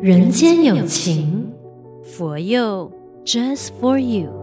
人间有情，佛佑 Just for you。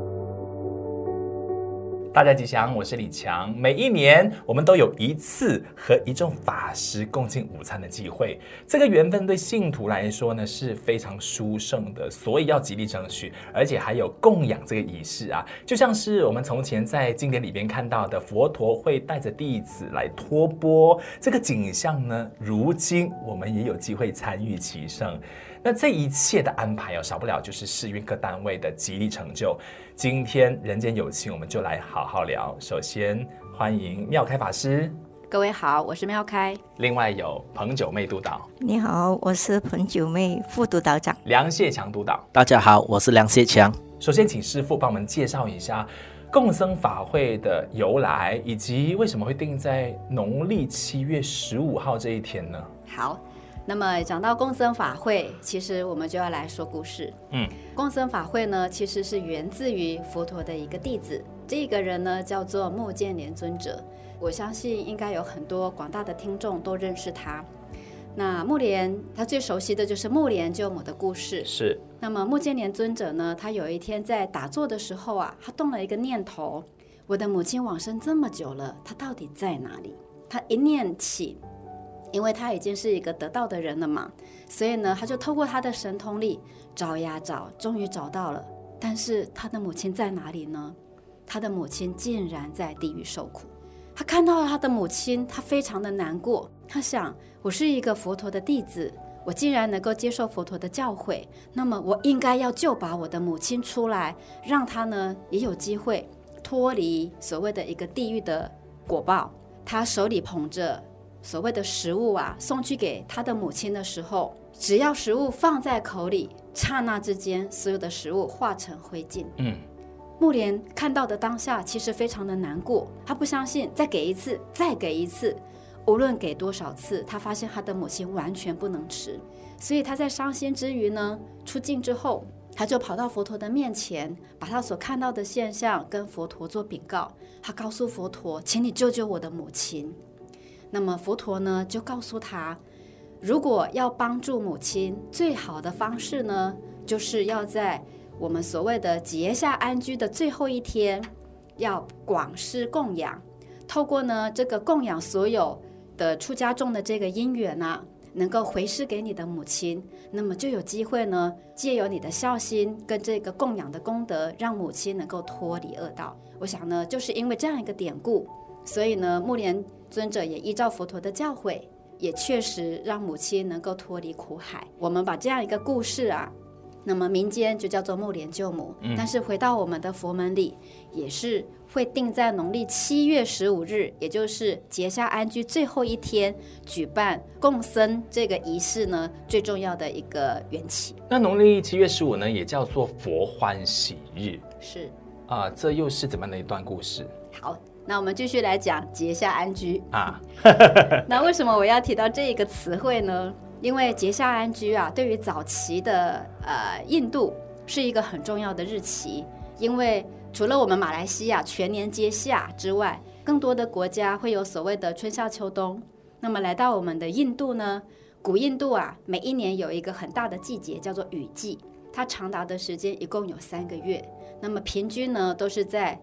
大家吉祥，我是李强。每一年我们都有一次和一众法师共进午餐的机会，这个缘分对信徒来说呢是非常殊胜的，所以要极力争取，而且还有供养这个仪式啊，就像是我们从前在经典里边看到的佛陀会带着弟子来托钵这个景象呢，如今我们也有机会参与其中。那这一切的安排少不了就是世运各单位的极力成就。今天人间有情，我们就来好好聊。首先欢迎妙开法师。 各位好，我是妙开。 另外有彭九妹督导。 你好，我是彭九妹副督导长。 梁谢强督导。 大家好，我是梁谢强。 首先请师父帮我们介绍一下共僧法会的由来，以及为什么会定在农历7月15号这一天呢？ 好，那么讲到共僧法会，其实我们就要来说故事。共僧法会呢，其实是源自于佛陀的一个弟子，这个人呢叫做目犍连尊者。我相信应该有很多广大的听众都认识他。那目连他最熟悉的就是目连救母的故事。 是。 那么目犍连尊者呢，他有一天在打坐的时候啊，他动了一个念头：我的母亲往生这么久了，她到底在哪里？他一念起，因为他已经是一个得道的人了嘛，所以呢，他就透过他的神通力找呀找，终于找到了。但是他的母亲在哪里呢？他的母亲竟然在地狱受苦。他看到了他的母亲，他非常的难过。他想，我是一个佛陀的弟子，我既然能够接受佛陀的教诲，那么我应该要救拔我的母亲出来，让他呢也有机会脱离所谓的一个地狱的果报。他手里捧着所谓的食物啊，送去给他的母亲的时候，只要食物放在口里，刹那之间，所有的食物化成灰烬。目连看到的当下，其实非常的难过，他不相信，再给一次，再给一次，无论给多少次，他发现他的母亲完全不能吃，所以他在伤心之余呢，出境之后，他就跑到佛陀的面前，把他所看到的现象跟佛陀做禀告。他告诉佛陀，请你救救我的母亲。那么佛陀呢，就告诉他，如果要帮助母亲，最好的方式呢，就是要在我们所谓的结下安居的最后一天，要广施供养，透过呢这个供养所有的出家众的这个因缘啊，能够回施给你的母亲，那么就有机会呢，借由你的孝心跟这个供养的功德，让母亲能够脱离恶道。我想呢，就是因为这样一个典故，所以呢，目连尊者也依照佛陀的教诲，也确实让母亲能够脱离苦海。我们把这样一个故事啊，那么民间就叫做目连救母，但是回到我们的佛门里，也是会定在农历7月15日，也就是结下安居最后一天，举办共僧这个仪式呢，最重要的一个缘起。 那农历7月15呢，也叫做佛欢喜日。 是这又是怎么样的一段故事？ 好，那我们继续来讲结下安居啊。 那为什么我要提到这个词汇呢？因为结下安居啊，对于早期的印度是一个很重要的日期，因为除了我们马来西亚全年皆夏之外，更多的国家会有所谓的春夏秋冬。那么来到我们的印度呢，古印度啊，每一年有一个很大的季节叫做雨季，它长达的时间一共有3个月，那么平均呢都是在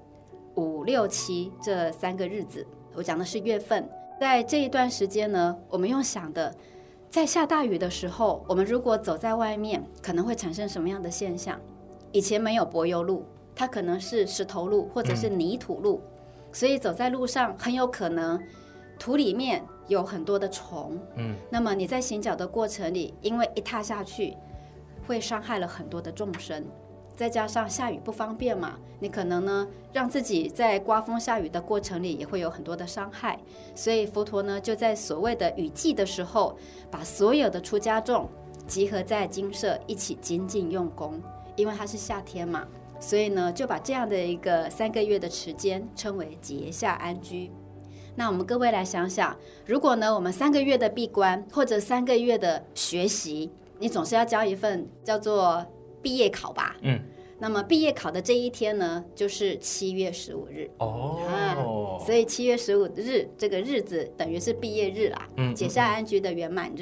5、6、7这3个日子，我讲的是月份。在这一段时间呢，我们用想的，在下大雨的时候，我们如果走在外面，可能会产生什么样的现象？以前没有柏油路，它可能是石头路或者是泥土路，所以走在路上很有可能土里面有很多的虫。那么你在行脚的过程里，因为一踏下去会伤害了很多的众生，再加上下雨不方便嘛，你可能呢让自己在刮风下雨的过程里也会有很多的伤害。所以佛陀呢就在所谓的雨季的时候，把所有的出家众集合在精舍一起精进用功，因为它是夏天嘛，所以呢就把这样的一个3个月的时间称为结下安居。那我们各位来想想，如果呢我们3个月的闭关或者3个月的学习，你总是要交一份叫做毕业考吧。那么毕业考的这一天呢，就是7月15日。所以7月15日这个日子等于是毕业日啦，结下安居的圆满日。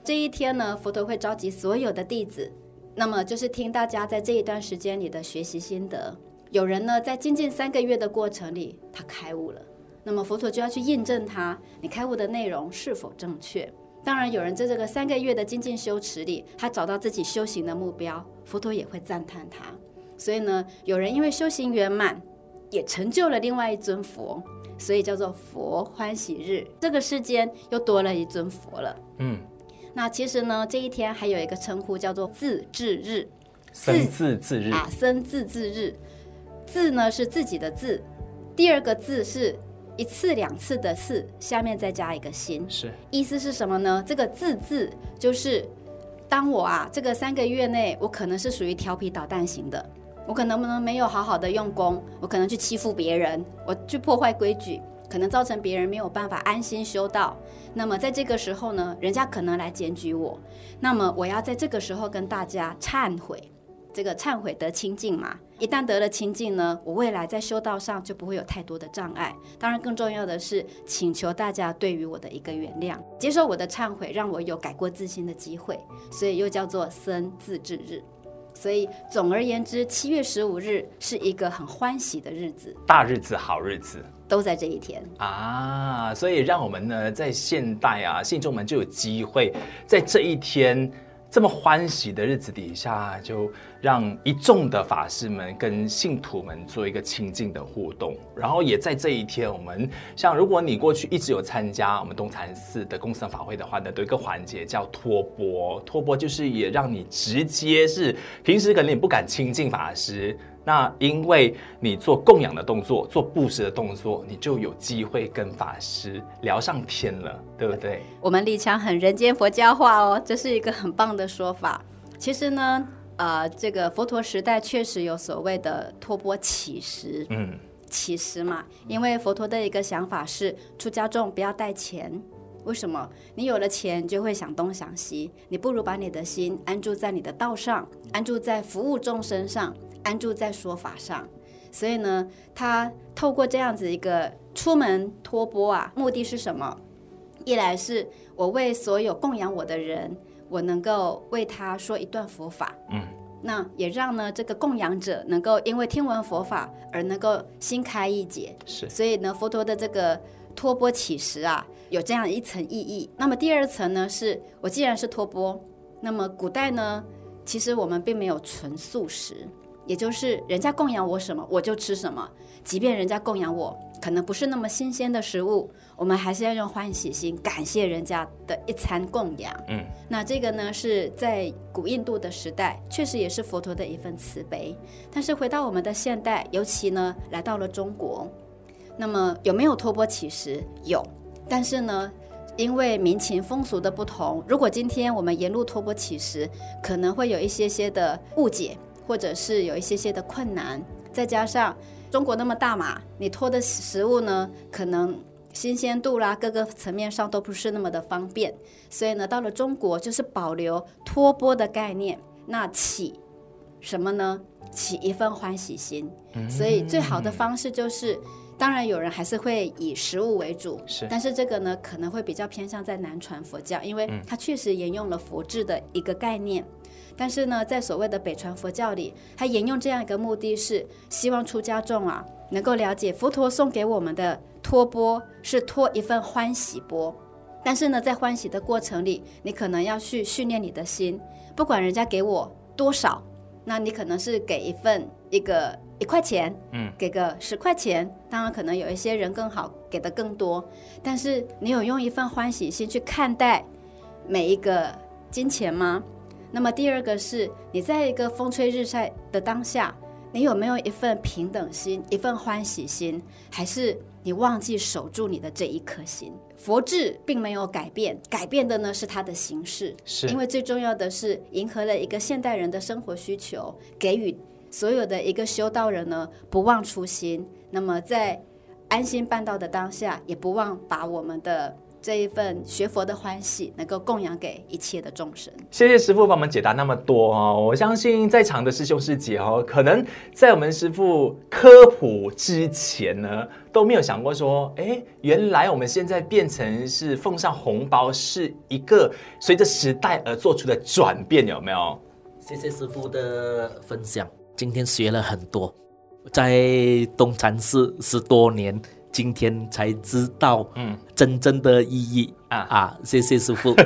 这一天呢，佛陀会召集所有的弟子，那么就是听大家在这一段时间里的学习心得。有人呢在精进3个月的过程里，他开悟了，那么佛陀就要去印证他，你开悟的内容是否正确。当然有人在这个3个月的精进修持里，他找到自己修行的目标，佛陀也会赞叹他。所以呢，有人因为修行圆满，也成就了另外一尊佛，所以叫做佛欢喜日。这个世间又多了一尊佛了。那其实呢，这一天还有一个称呼叫做自治日， 生自治日啊，生自治日。自呢是自己的自，第二个字是1次2次的次，下面再加一个心。 是意思是什么呢？这个自字就是当我这个3个月内，我可能是属于调皮捣蛋型的，我可能没有好好的用功，我可能去欺负别人，我去破坏规矩，可能造成别人没有办法安心修道。那么在这个时候呢，人家可能来检举我，那么我要在这个时候跟大家忏悔。这个忏悔得清净嘛，一旦得了清净呢，我未来在修道上就不会有太多的障碍。当然更重要的是请求大家对于我的一个原谅，接受我的忏悔，让我有改过自新的机会，所以又叫做生自治日。所以总而言之，7月15日是一个很欢喜的日子， 大日子好日子都在这一天啊。所以让我们呢在现代信众们就有机会在这一天这么欢喜的日子底下，就让一众的法师们跟信徒们做一个亲近的互动。然后也在这一天，我们像如果你过去一直有参加我们东禅寺的共生法会的话呢，有一个环节叫托钵。托钵就是也让你直接是平时可能你不敢亲近法师，那因为你做供养的动作，做布施的动作，你就有机会跟法师聊上天了，对不对？ 我们理强很人间佛教化哦，这是一个很棒的说法。其实呢，这个佛陀时代确实有所谓的托钵乞食，乞食嘛，因为佛陀的一个想法是出家众不要带钱。为什么？你有了钱就会想东想西，你不如把你的心安住在你的道上，安住在服务众生上，安住在说法上。所以呢，他透过这样子一个出门托钵目的是什么？一来是我为所有供养我的人，我能够为他说一段佛法，那也让呢这个供养者能够因为听闻佛法而能够心开意解。 是， 所以呢，佛陀的这个托钵乞食有这样一层意义。那么第二层呢，是我既然是托钵，那么古代呢，其实我们并没有纯素食，也就是人家供养我什么我就吃什么，即便人家供养我可能不是那么新鲜的食物，我们还是要用欢喜心感谢人家的一餐供养。那这个呢是在古印度的时代，确实也是佛陀的一份慈悲。但是回到我们的现代，尤其呢来到了中国，那么有没有托钵乞食？有，但是呢因为民情风俗的不同，如果今天我们沿路托钵乞食，可能会有一些的误解，或者是有一些的困难，再加上中国那么大嘛，你托的食物呢可能新鲜度啦各个层面上都不是那么的方便，所以呢到了中国就是保留托钵的概念。那乞什么呢？乞一份欢喜心。所以最好的方式就是当然有人还是会以食物为主，但是这个呢可能会比较偏向在南传佛教，因为它确实沿用了佛制的一个概念。但是呢在所谓的北传佛教里，它沿用这样一个目的是希望出家众能够了解佛陀送给我们的托钵是托一份欢喜钵。但是呢在欢喜的过程里，你可能要去训练你的心，不管人家给我多少，那你可能是给1块钱，给个10块钱，当然可能有一些人更好，给的更多，但是你有用一份欢喜心去看待每一个金钱吗？那么第二个是你在一个风吹日晒的当下，你有没有一份平等心，一份欢喜心，还是你忘记守住你的这一颗心？佛制并没有改变，改变的呢是它的形式，因为最重要的是迎合了一个现代人的生活需求，给予所有的一个修道人呢不忘初心，那么在安心办道的当下，也不忘把我们的这一份学佛的欢喜能够供养给一切的众生。 谢谢师父帮我们解答那么多哦。我相信在场的师兄师姐哦，可能在我们师父科普之前呢，都没有想过说，原来我们现在变成是奉上红包是一个随着时代而做出的转变，有没有？ 谢谢师父的分享，今天学了很多，在东禅寺10多年，今天才知道真正的意义谢谢师父。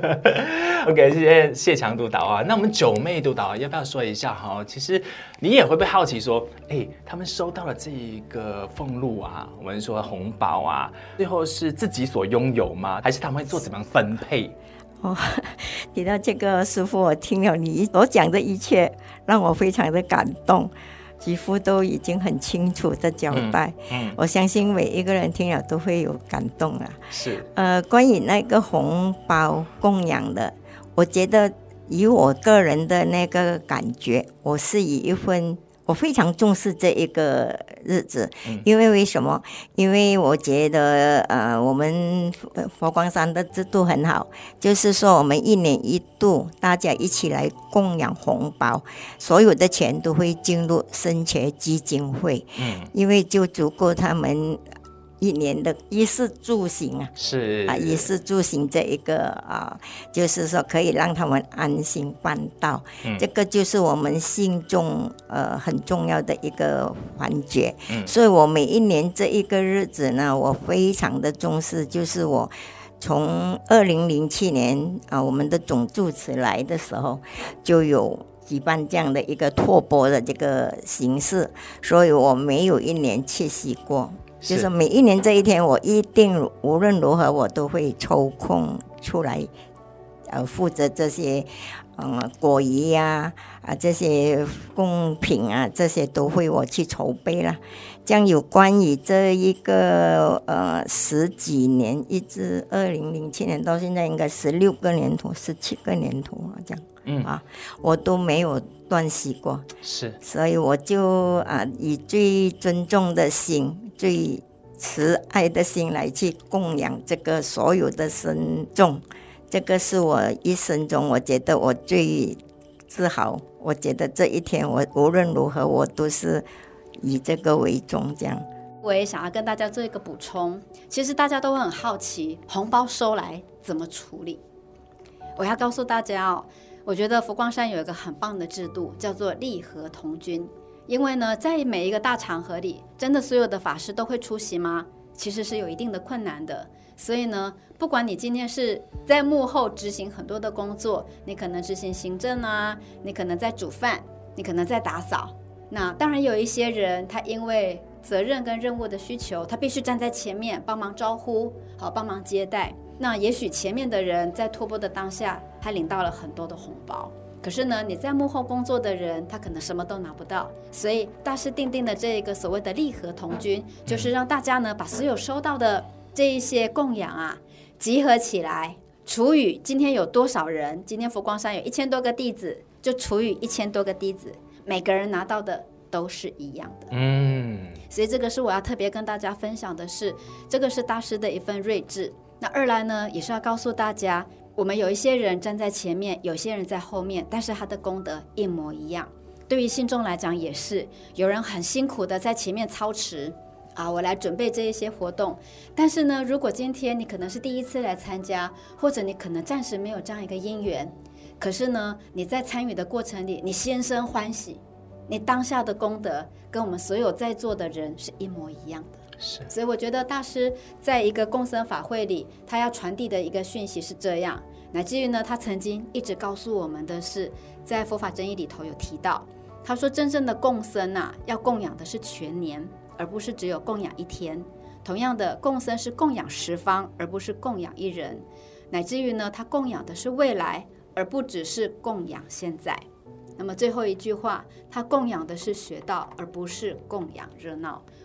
OK， 谢谢谢强督导啊。那我们九妹督导要不要说一下哈？其实你也会不会好奇说，他们收到了这一个俸禄啊，我们说红包啊，最后是自己所拥有吗？还是他们会做怎么样分配？ 提到这个师父，我听了你所讲的一切，让我非常的感动。几乎都已经很清楚的交代，我相信每一个人听了都会有感动啊。 是， 关于那个红包供养的，我觉得以我个人的那个感觉，我是以一份我非常重视这一个日子，因为为什么？因为我觉得我们佛光山的制度很好，就是说我们1年1度大家一起来供养红包，所有的钱都会进入生前基金会，因为就足够他们1年的衣食住行是衣食住行这一个就是说可以让他们安心办道，这个就是我们信众很重要的一个环节，所以我每一年这一个日子呢，我非常的重视，就是我从2007年我们的总住持来的时候就有举办这样的一个托钵的这个形式，所以我没有1年缺席过，就是每一年这一天，我一定无论如何我都会抽空出来，负责这些果仪这些贡品这些都会我去筹备啦。这样有关于这一个10几年，一直2007年到现在应该16个年头、17个年头这样，我都没有断息过， 是， 所以我就以最尊重的心、最慈爱的心来去供养这个所有的僧众，这个是我一生中我觉得我最自豪，我觉得这一天我无论如何我都是以这个为重这样。 我也想要跟大家做一个补充，其实大家都会很好奇红包收来怎么处理。我要告诉大家我觉得佛光山有一个很棒的制度，叫做利和同均。因为呢，在每一个大场合里，真的所有的法师都会出席吗？其实是有一定的困难的。所以呢，不管你今天是在幕后执行很多的工作，你可能执行行政你可能在煮饭，你可能在打扫。那当然有一些人，他因为责任跟任务的需求，他必须站在前面帮忙招呼，帮忙接待。那也许前面的人在托钵的当下，他领到了很多的红包。可是呢，你在幕后工作的人，他可能什么都拿不到，所以大师定的这个所谓的利和同均，就是让大家呢把所有收到的这一些供养集合起来，除以今天有多少人，今天佛光山有1000多个弟子，就除以1000多个弟子，每个人拿到的都是一样的。所以这个是我要特别跟大家分享的是，这个是大师的一份睿智。那二来呢，也是要告诉大家，我们有一些人站在前面，有些人在后面，但是他的功德一模一样。对于信众来讲也是，有人很辛苦的在前面操持我来准备这一些活动，但是呢，如果今天你可能是第一次来参加，或者你可能暂时没有这样一个因缘，可是呢，你在参与的过程里，你心生欢喜，你当下的功德跟我们所有在座的人是一模一样的。所以我觉得大师在一个共生法会里，他要传递的一个讯息是这样，乃至于呢，他曾经一直告诉我们的是，在佛法真义里头有提到，他说真正的共生要供养的是全年，而不是只有供养1天。同样的，共生是供养10方，而不是供养1人，乃至于呢，他供养的是未来，而不只是供养现在。那么最后一句话，他供养的是学道，而不是供养热闹。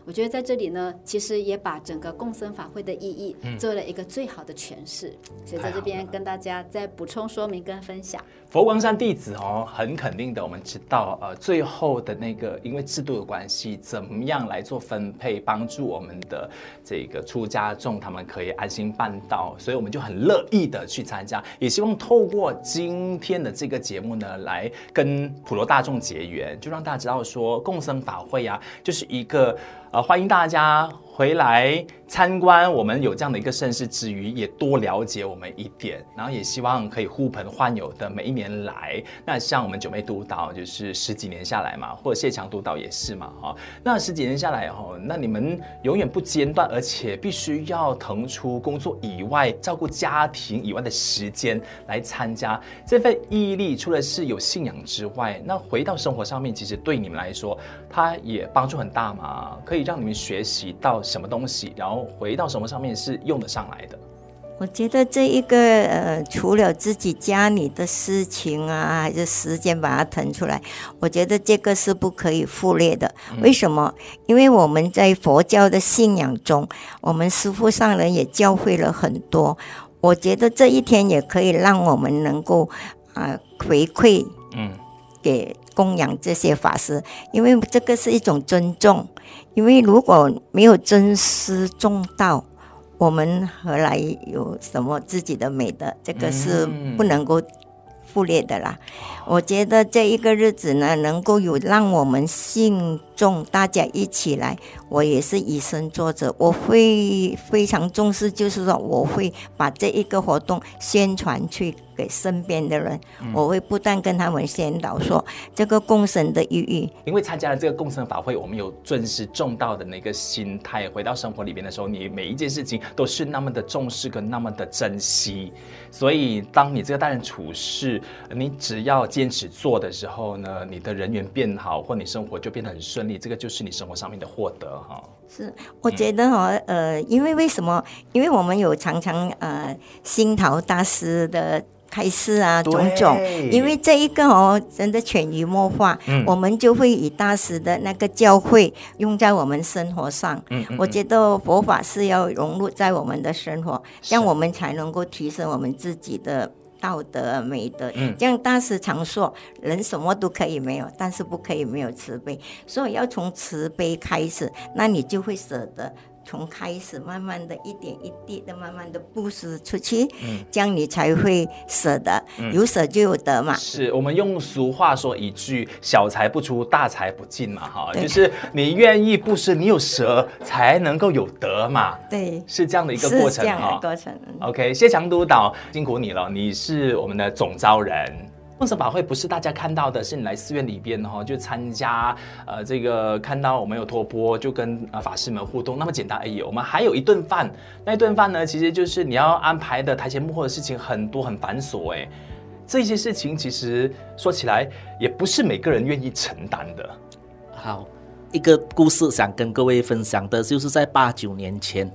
我觉得在这里呢，其实也把整个共生法会的意义做了一个最好的诠释，所以在这边跟大家再补充说明跟分享。 佛光山弟子很肯定的，我们知道最后的那个因为制度的关系，怎么样来做分配，帮助我们的这个出家众他们可以安心办道，所以我们就很乐意的去参加，也希望透过今天的这个节目呢，来跟普罗大众结缘，就让大家知道说共生法会啊，就是一个欢迎大家回来参观，我们有这样的一个盛事之余，也多了解我们一点，然后也希望可以呼朋唤友的每一年来。那像我们九妹督导就是10几年下来嘛，或者谢强督导也是嘛，那10几年下来那你们永远不间断，而且必须要腾出工作以外、照顾家庭以外的时间来参加这份毅力，除了是有信仰之外，那回到生活上面，其实对你们来说，它也帮助很大嘛，可以让你们学习到什么东西，然后回到什么上面是用得上来的。 我觉得这一个除了自己家里的事情啊，还是时间把它腾出来，我觉得这个是不可以忽略的。为什么？因为我们在佛教的信仰中，我们师父上人也教会了很多。我觉得这一天也可以让我们能够回馈给供养这些法师，因为这个是一种尊重。因为如果没有尊师重道，我们何来有什么自己的美德？这个是不能够忽略的啦。我觉得这一个日子呢，能够有让我们信众大家一起来，我也是以身作则，我会非常重视，就是说我会把这一个活动宣传去给身边的人，我会不断跟他们宣导说这个共生的意义。 因为参加了这个共生法会，我们有尊师重道的那个心态，回到生活里边的时候，你每一件事情都是那么的重视跟那么的珍惜，所以当你这个待人处事，你只要坚持做的时候呢，你的人缘变好，或你生活就变得很顺利，这个就是你生活上面的获得哈。 是，我觉得因为为什么？因为我们有常常新桃大师的开示啊，种种，因为这一个真的潜移默化，我们就会以大师的那个教诲用在我们生活上。我觉得佛法是要融入在我们的生活，这样我们才能够提升我们自己的道德美德。这样大师常说，人什么都可以没有，但是不可以没有慈悲，所以要从慈悲开始，那你就会舍得从开始慢慢的一点一滴的慢慢的布施出去，这样你才会舍得，有舍就有得嘛。 是我们用俗话说一句，小财不出大财不进嘛，就是你愿意布施，你有舍才能够有得嘛。 对， 是这样的一个过程， 是这样的过程。 OK， 谢强督导辛苦你了，你是我们的总召人。共生法会不是大家看到的，是你来寺院里边就参加这个看到我们有托钵，就跟法师们互动，那么简单而已。我们还有一顿饭，那一顿饭呢，其实就是你要安排的台前幕后的事情很多很繁琐哎，这些事情其实说起来也不是每个人愿意承担的。 好，一个故事想跟各位分享的，就是在8-9年前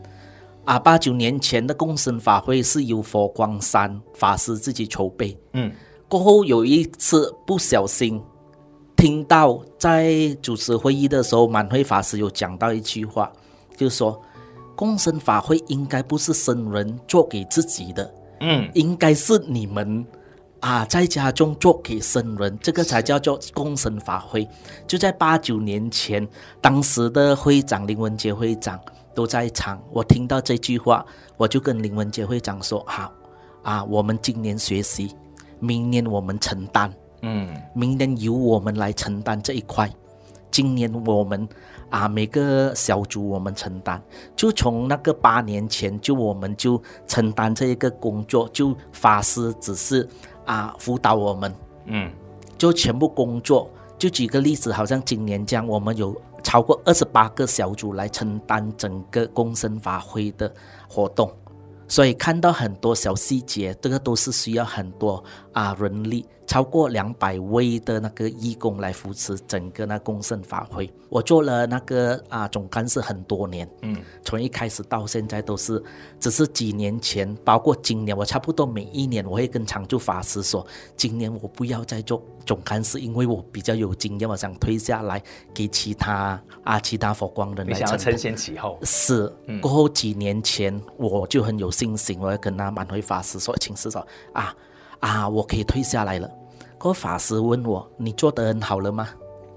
，8-9年前的共生法会是由佛光山法师自己筹备，过后有一次不小心听到在主持会议的时候，满慧法师有讲到一句话，就是说共生法会应该不是僧人做给自己的，应该是你们在家中做给僧人，这个才叫做共生法会。就在8-9年前，当时的会长林文杰会长都在场，我听到这句话，我就跟林文杰会长说，好我们今年学习，明年我们承担，明年由我们来承担这一块，今年我们每个小组我们承担，就从那个8年前我们就承担这一个工作，就法师只是辅导我们，就全部工作。就举个例子，好像今年这样，我们有超过28个小组来承担整个共生法会的活动。 所以看到很多小细节，这个都是需要很多人力，超过200位的那个义工来扶持整个那共圣法会。我做了那个总干事很多年，从一开始到现在都是，只是几年前，包括今年，我差不多每一年我会跟常住法师说，今年我不要再做总干事，因为我比较有经验，我想退下来给其他佛光人来承担。 你想要承先启后？ 是，过后几年前我就很有信心，我要跟满慧法师说，请示说我可以退下来了。过后法师问我，你做得很好了吗？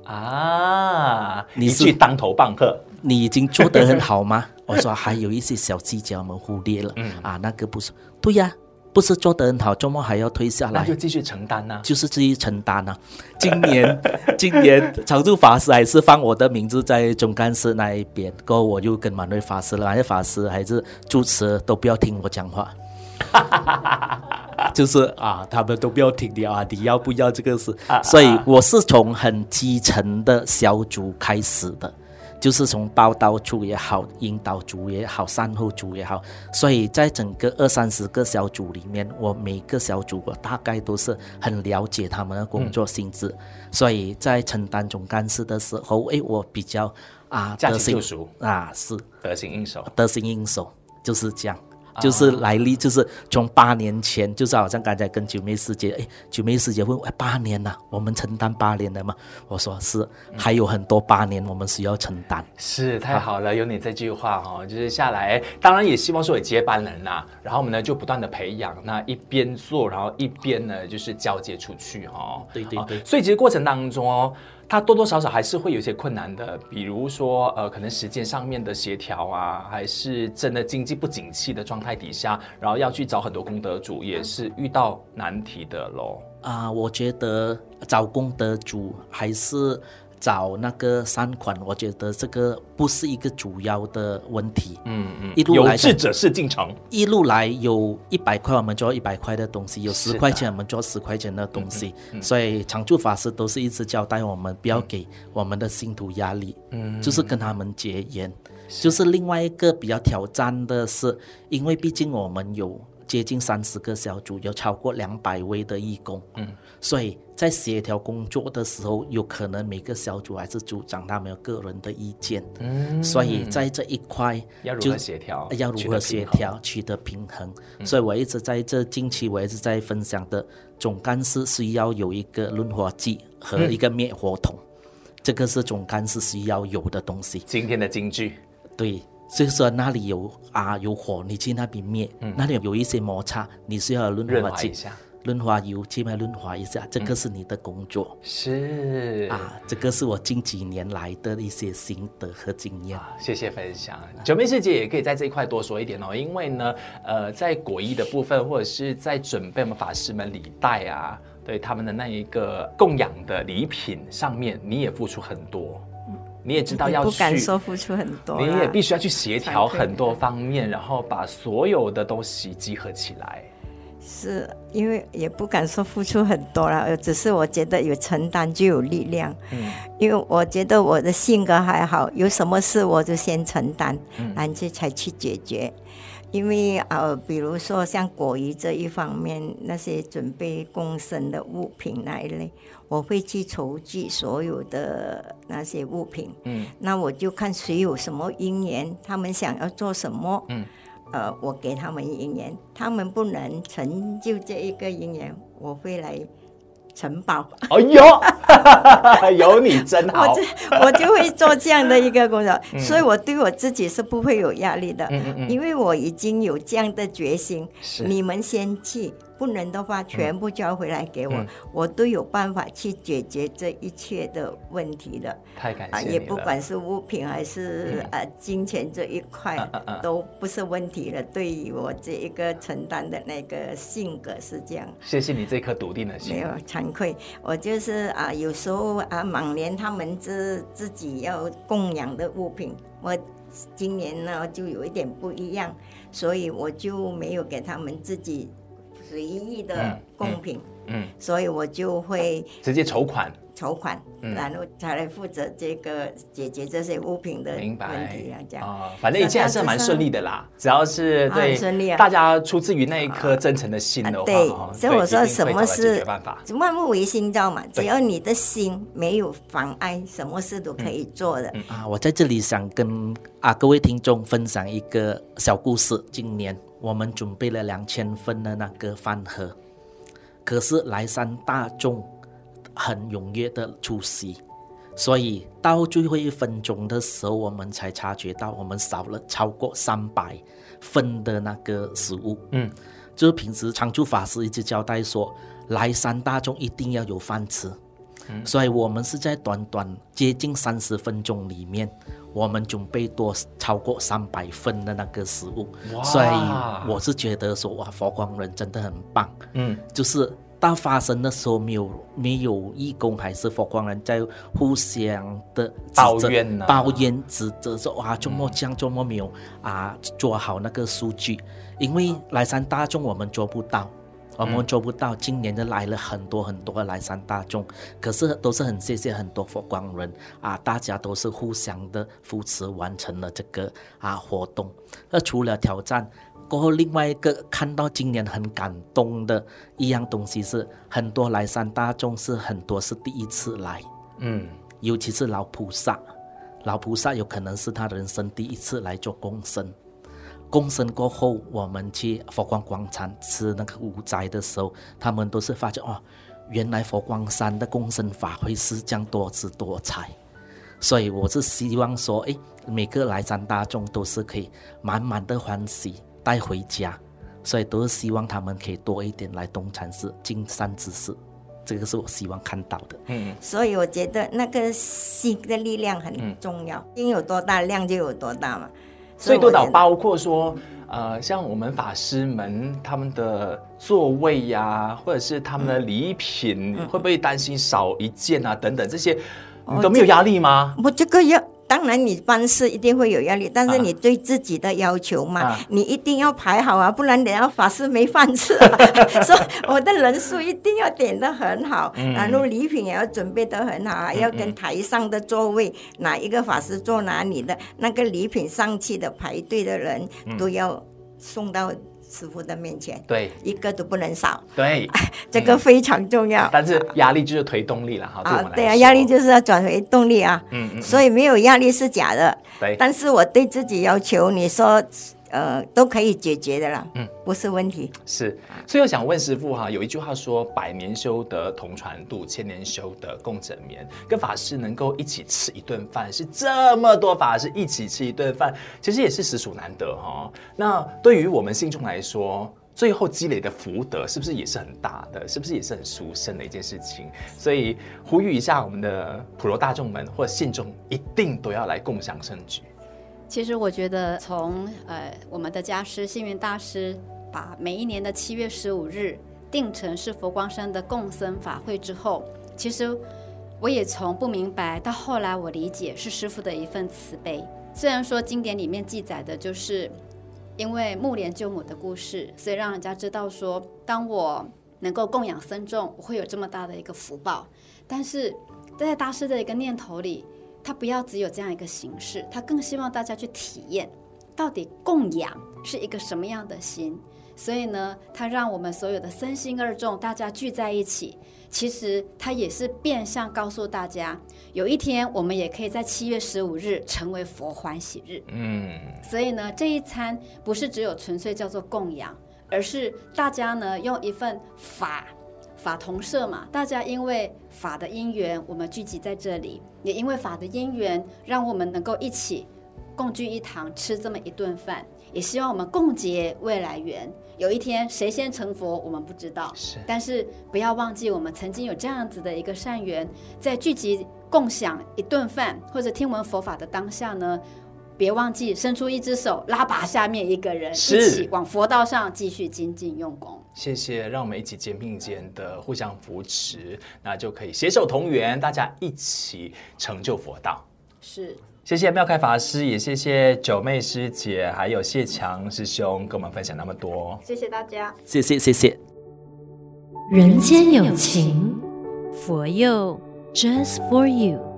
一句当头棒喝， 你已经做得很好吗？我说还有一些小细节我们忽略了，那个不是对呀，不是做得很好，周末还要退下来， 那就继续承担就是继续承担今年常住法师还是放我的名字在总干事那一边，过后我就跟满慧法师了，满慧法师还是主持都不要听我讲话。就是他们都不要听你你要不要这个事？所以我是从很基层的小组开始的，就是从报道组也好，引导组也好，善后组也好，所以在整个20-30个小组里面，我每个小组我大概都是很了解他们的工作性质，所以在承担总干事的时候，我比较驾轻就熟是得心应手， 就是这样。就是来历，就是从8年前，就是好像刚才跟九妹师姐，九妹师姐问8年了，我们承担8年了吗？我说是，还有很多8年我们需要承担。 是，太好了，有你这句话就是下来，当然也希望说有接班人啦，然后我们呢就不断的培养，那一边做，然后一边呢就是交接出去对， 所以其实过程当中它多多少少还是会有一些困难的，比如说可能时间上面的协调还是真的经济不景气的状态底下，然后要去找很多功德主，也是遇到难题的咯。 我觉得找功德主还是找那个善款，我觉得这个不是一个主要的问题。一路来有志者事竟成， 一路来有100块我们做100块的东西，有10块钱我们做10块钱的东西，所以常住法师都是一直交代我们不要给我们的信徒压力，就是跟他们结缘。就是另外一个比较挑战的是，因为毕竟我们有接近30个小组，有超过200位的义工，所以在协调工作的时候，有可能每个小组还是主张他们有个人的意见，所以在这一块要如何协调？ 要如何协调取得平衡？所以我一直在近期我一直在分享的，总干事需要有一个润滑剂和一个灭火筒，这个是总干事需要有的东西。 今天的金句， 对。所以说那里有火，你去那边灭，那里有一些摩擦，你需要润滑剂，润滑油去润滑一下，这个是你的工作。 是这个是我近几年来的一些心得和经验。 谢谢分享。九妹师姐也可以在这一块多说一点因为呢，在果衣的部分，或者是在准备我们法师们礼袋对他们的那一个供养的礼品上面，你也付出很多。你也知道要去， 不敢说付出很多， 你也必须要去协调很多方面，然后把所有的东西集合起来。 是因为也不敢说付出很多了，只是我觉得有承担就有力量。因为我觉得我的性格还好，有什么事我就先承担，然后才去解决。因为比如说像果衣这一方面，那些准备供生的物品那一类，我会去筹集所有的那些物品。那我就看谁有什么因缘，他们想要做什么，我给他们因缘，他们不能成就这一个因缘，我会来承包。 有你真好。 我就会做这样的一个工作，所以我对我自己是不会有压力的，因为我已经有这样的决心。你们先去，不能的话全部交回来给我，我都有办法去解决这一切的问题的。 太感谢你了。 也不管是物品还是金钱这一块都不是问题了。对于我这一个承担的那个性格是这样。 谢谢你这颗笃定的心。 没有惭愧，我就是有时候忙年他们自己要供养的物品，我今年呢就有一点不一样，所以我就没有给他们自己随意的贡品，所以我就会直接筹款筹款，然后才来负责这个解决这些物品的问题这样反正一切还是蛮顺利的啦，只要是对大家出自于那一颗真诚的心的话， 对，所以我说什么是万物唯心造嘛，只要你的心没有妨碍，什么事都可以做的。 我在这里想跟各位听众分享一个小故事。今年我们准备了2000份的那个饭盒，可是来山大众很踊跃的出席，所以到最后1分钟的时候，我们才察觉到我们少了超过300份的那个食物。就是平时常住法师一直交代说，来山大众一定要有饭吃。所以我们是在短短接近30分钟里面，我们准备多超过300份的那个食物。所以我是觉得说，哇，佛光人真的很棒。就是到发生的时候，没有义工还是佛光人在互相的抱怨指责说，哇，怎么这样，怎么没有做好那个数据？因为来山大众我们做不到。今年就来了很多的来山大众，可是都是很谢谢很多佛光人大家都是互相的扶持完成了这个活动。那除了挑战过后，另外一个看到今年很感动的一样东西是，很多来山大众是很多是第一次来，尤其是老菩萨有可能是他人生第一次来做共生。共生过后，我们去佛光广场吃那个午斋的时候，他们都是发觉原来佛光山的共生法会是这样多姿多彩。所以我是希望说，每个来山大众都是可以满满的欢喜带回家，所以都是希望他们可以多一点来东禅寺尽善知识，这个是我希望看到的。 所以我觉得那个心的力量很重要，心有多大，量就有多大嘛。 所以督导包括说，像我们法师们他们的座位呀，或者是他们的礼品，会不会担心少一件等等这些，你都没有压力吗？ 我这个当然你办事一定会有压力，但是你对自己的要求嘛，你一定要排好不然等下法师没饭吃所以我的人数一定要点得很好，然后礼品也要准备得很好，要跟台上的座位哪一个法师坐哪里的那个礼品上去的排队的人都要送到师父的面前， 对， 一个都不能少， 对， 这个非常重要。 但是压力就是推动力了对我们来说。 对压力就是要转为动力所以没有压力是假的，对。但是我对自己要求，你说都可以解决的啦，不是问题。 是，所以我想问师父有一句话说，100年修得同船渡，1000年修得共枕眠。跟法师能够一起吃一顿饭，是这么多法师一起吃一顿饭，其实也是实属难得那对于我们信众来说，最后积累的福德是不是也是很大的？是不是也是很殊胜的一件事情？所以呼吁一下我们的普罗大众们或信众，一定都要来共享盛举。 其实我觉得从我们的家师星云大师把每一年的7月15日定成是佛光山的共生法会之后，其实我也从不明白到后来我理解是师父的一份慈悲。虽然说经典里面记载的就是因为目连救母的故事，所以让人家知道说，当我能够供养僧众，我会有这么大的一个福报。但是在大师的一个念头里，他不要只有这样一个形式，他更希望大家去体验到底供养是一个什么样的心。所以呢，他让我们所有的僧心二众大家聚在一起，其实他也是变相告诉大家，有一天我们也可以在7月15日成为佛欢喜日。所以呢，这一餐不是只有纯粹叫做供养，而是大家呢用一份法同摄嘛，大家因为法的因缘，我们聚集在这里，也因为法的因缘，让我们能够一起共聚一堂，吃这么一顿饭，也希望我们共结未来缘。有一天谁先成佛我们不知道，但是不要忘记我们曾经有这样子的一个善缘，在聚集共享一顿饭或者听闻佛法的当下呢，别忘记伸出一只手拉拔下面一个人，一起往佛道上继续精进用功。 谢谢，让我们一起肩并肩的互相扶持，那就可以携手同源，大家一起成就佛道。 是， 谢谢妙开法师，也谢谢九妹师姐，还有谢强师兄跟我们分享那么多。 谢谢大家， 谢谢。 人间有情，佛佑 just for you.